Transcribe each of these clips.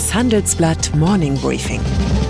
Das Handelsblatt Morning Briefing.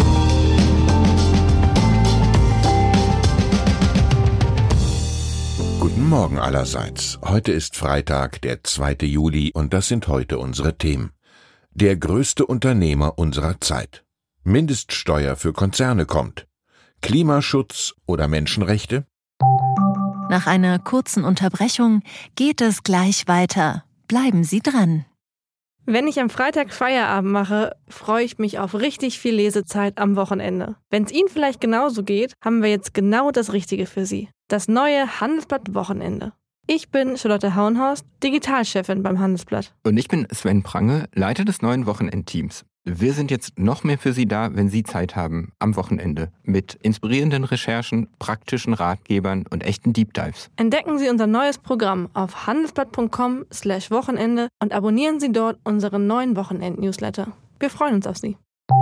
Guten Morgen allerseits. Heute ist Freitag, der 2. Juli, und das sind heute unsere Themen. Der größte Unternehmer unserer Zeit. Mindeststeuer für Konzerne kommt. Klimaschutz oder Menschenrechte? Nach einer kurzen Unterbrechung geht es gleich weiter. Bleiben Sie dran. Wenn ich am Freitag Feierabend mache, freue ich mich auf richtig viel Lesezeit am Wochenende. Wenn es Ihnen vielleicht genauso geht, haben wir jetzt genau das Richtige für Sie. Das neue Handelsblatt Wochenende. Ich bin Charlotte Hauenhorst, Digitalchefin beim Handelsblatt. Und ich bin Sven Prange, Leiter des neuen Wochenendteams. Wir sind jetzt noch mehr für Sie da, wenn Sie Zeit haben am Wochenende. Mit inspirierenden Recherchen, praktischen Ratgebern und echten Deep Dives. Entdecken Sie unser neues Programm auf handelsblatt.com/Wochenende und abonnieren Sie dort unseren neuen Wochenend-Newsletter. Wir freuen uns auf Sie.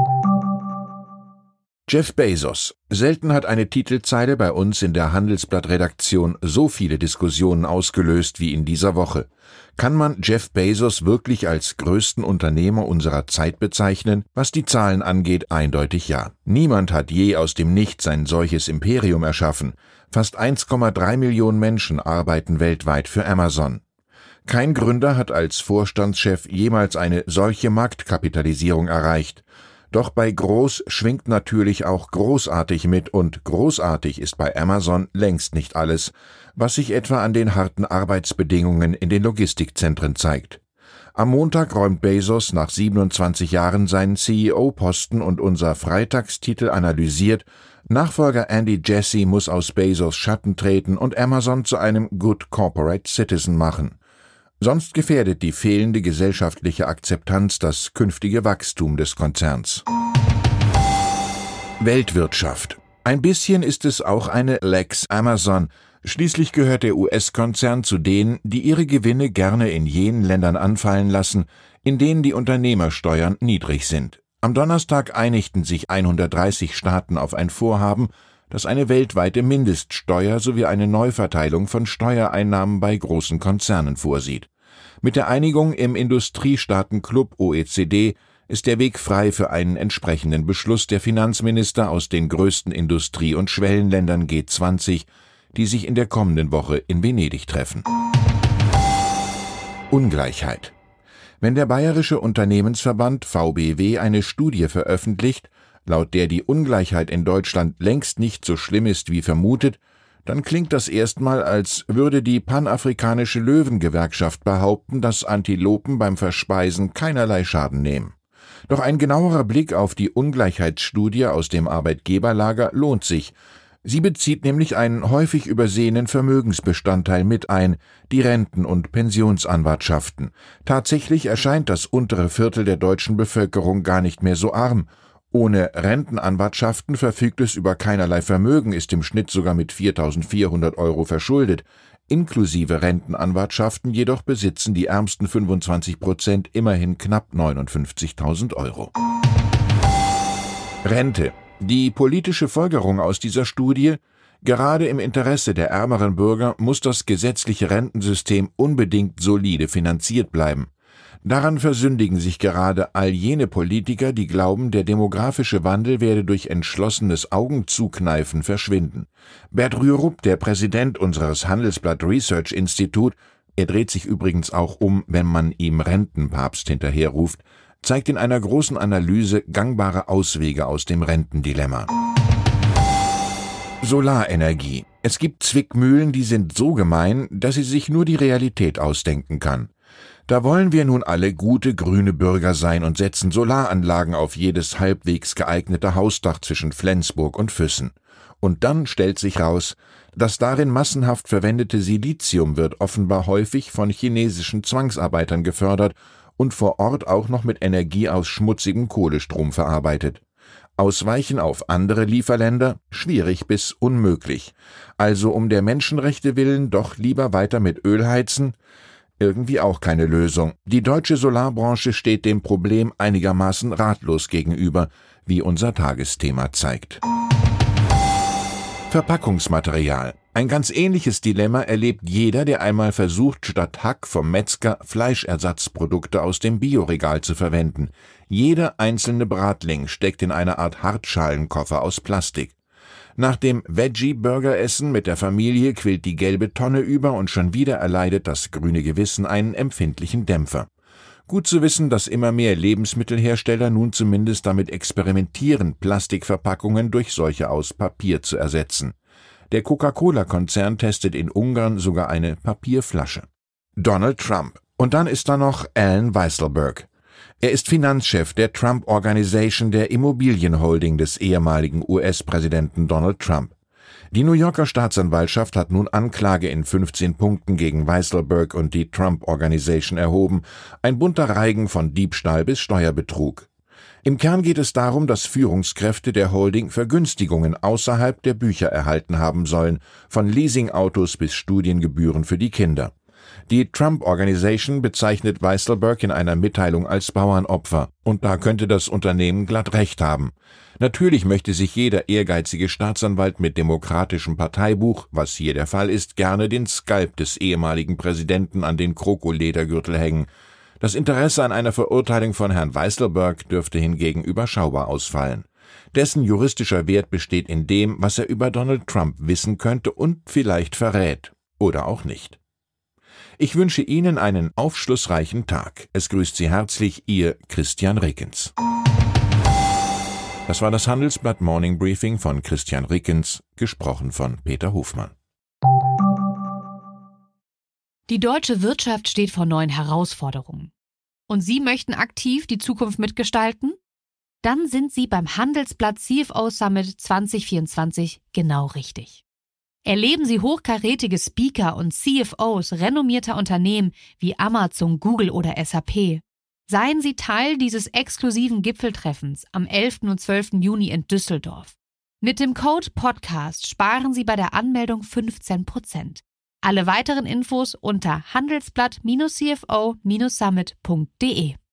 Jeff Bezos. Selten hat eine Titelzeile bei uns in der Handelsblatt-Redaktion so viele Diskussionen ausgelöst wie in dieser Woche. Kann man Jeff Bezos wirklich als größten Unternehmer unserer Zeit bezeichnen? Was die Zahlen angeht, eindeutig ja. Niemand hat je aus dem Nichts ein solches Imperium erschaffen. Fast 1,3 Millionen Menschen arbeiten weltweit für Amazon. Kein Gründer hat als Vorstandschef jemals eine solche Marktkapitalisierung erreicht. Doch bei groß schwingt natürlich auch großartig mit, und großartig ist bei Amazon längst nicht alles, was sich etwa an den harten Arbeitsbedingungen in den Logistikzentren zeigt. Am Montag räumt Bezos nach 27 Jahren seinen CEO-Posten und unser Freitagstitel analysiert: Nachfolger Andy Jassy muss aus Bezos Schatten treten und Amazon zu einem Good Corporate Citizen machen. Sonst gefährdet die fehlende gesellschaftliche Akzeptanz das künftige Wachstum des Konzerns. Weltwirtschaft. Ein bisschen ist es auch eine Lex Amazon. Schließlich gehört der US-Konzern zu denen, die ihre Gewinne gerne in jenen Ländern anfallen lassen, in denen die Unternehmersteuern niedrig sind. Am Donnerstag einigten sich 130 Staaten auf ein Vorhaben, das eine weltweite Mindeststeuer sowie eine Neuverteilung von Steuereinnahmen bei großen Konzernen vorsieht. Mit der Einigung im Industriestaatenclub OECD ist der Weg frei für einen entsprechenden Beschluss der Finanzminister aus den größten Industrie- und Schwellenländern G20, die sich in der kommenden Woche in Venedig treffen. Ungleichheit. Wenn der Bayerische Unternehmensverband VBW eine Studie veröffentlicht, laut der die Ungleichheit in Deutschland längst nicht so schlimm ist wie vermutet, dann klingt das erstmal, als würde die panafrikanische Löwengewerkschaft behaupten, dass Antilopen beim Verspeisen keinerlei Schaden nehmen. Doch ein genauerer Blick auf die Ungleichheitsstudie aus dem Arbeitgeberlager lohnt sich. Sie bezieht nämlich einen häufig übersehenen Vermögensbestandteil mit ein, die Renten- und Pensionsanwartschaften. Tatsächlich erscheint das untere Viertel der deutschen Bevölkerung gar nicht mehr so arm. Ohne Rentenanwartschaften verfügt es über keinerlei Vermögen, ist im Schnitt sogar mit 4.400 € verschuldet. Inklusive Rentenanwartschaften jedoch besitzen die ärmsten 25% immerhin knapp 59.000 €. Rente. Die politische Folgerung aus dieser Studie: Gerade im Interesse der ärmeren Bürger muss das gesetzliche Rentensystem unbedingt solide finanziert bleiben. Daran versündigen sich gerade all jene Politiker, die glauben, der demografische Wandel werde durch entschlossenes Augenzukneifen verschwinden. Bert Rürup, der Präsident unseres Handelsblatt Research Institut, er dreht sich übrigens auch um, wenn man ihm Rentenpapst hinterherruft, zeigt in einer großen Analyse gangbare Auswege aus dem Rentendilemma. Solarenergie. Es gibt Zwickmühlen, die sind so gemein, dass sie sich nur die Realität ausdenken kann. Da wollen wir nun alle gute grüne Bürger sein und setzen Solaranlagen auf jedes halbwegs geeignete Hausdach zwischen Flensburg und Füssen. Und dann stellt sich raus, das darin massenhaft verwendete Silizium wird offenbar häufig von chinesischen Zwangsarbeitern gefördert und vor Ort auch noch mit Energie aus schmutzigem Kohlestrom verarbeitet. Ausweichen auf andere Lieferländer? Schwierig bis unmöglich. Also um der Menschenrechte willen doch lieber weiter mit Öl heizen? Irgendwie auch keine Lösung. Die deutsche Solarbranche steht dem Problem einigermaßen ratlos gegenüber, wie unser Tagesthema zeigt. Verpackungsmaterial. Ein ganz ähnliches Dilemma erlebt jeder, der einmal versucht, statt Hack vom Metzger Fleischersatzprodukte aus dem Bioregal zu verwenden. Jeder einzelne Bratling steckt in einer Art Hartschalenkoffer aus Plastik. Nach dem Veggie-Burger-Essen mit der Familie quillt die gelbe Tonne über und schon wieder erleidet das grüne Gewissen einen empfindlichen Dämpfer. Gut zu wissen, dass immer mehr Lebensmittelhersteller nun zumindest damit experimentieren, Plastikverpackungen durch solche aus Papier zu ersetzen. Der Coca-Cola-Konzern testet in Ungarn sogar eine Papierflasche. Donald Trump. Und dann ist da noch Alan Weisselberg. Er ist Finanzchef der Trump Organization, der Immobilienholding des ehemaligen US-Präsidenten Donald Trump. Die New Yorker Staatsanwaltschaft hat nun Anklage in 15 Punkten gegen Weisselberg und die Trump Organization erhoben, ein bunter Reigen von Diebstahl bis Steuerbetrug. Im Kern geht es darum, dass Führungskräfte der Holding Vergünstigungen außerhalb der Bücher erhalten haben sollen, von Leasingautos bis Studiengebühren für die Kinder. Die Trump Organization bezeichnet Weisselberg in einer Mitteilung als Bauernopfer, und da könnte das Unternehmen glatt recht haben. Natürlich möchte sich jeder ehrgeizige Staatsanwalt mit demokratischem Parteibuch, was hier der Fall ist, gerne den Skalp des ehemaligen Präsidenten an den Krokoledergürtel hängen. Das Interesse an einer Verurteilung von Herrn Weisselberg dürfte hingegen überschaubar ausfallen. Dessen juristischer Wert besteht in dem, was er über Donald Trump wissen könnte und vielleicht verrät. Oder auch nicht. Ich wünsche Ihnen einen aufschlussreichen Tag. Es grüßt Sie herzlich, Ihr Christian Rickens. Das war das Handelsblatt Morning Briefing von Christian Rickens, gesprochen von Peter Hofmann. Die deutsche Wirtschaft steht vor neuen Herausforderungen. Und Sie möchten aktiv die Zukunft mitgestalten? Dann sind Sie beim Handelsblatt CFO Summit 2024 genau richtig. Erleben Sie hochkarätige Speaker und CFOs renommierter Unternehmen wie Amazon, Google oder SAP. Seien Sie Teil dieses exklusiven Gipfeltreffens am 11. und 12. Juni in Düsseldorf. Mit dem Code PODCAST sparen Sie bei der Anmeldung 15%. Alle weiteren Infos unter handelsblatt-cfo-summit.de.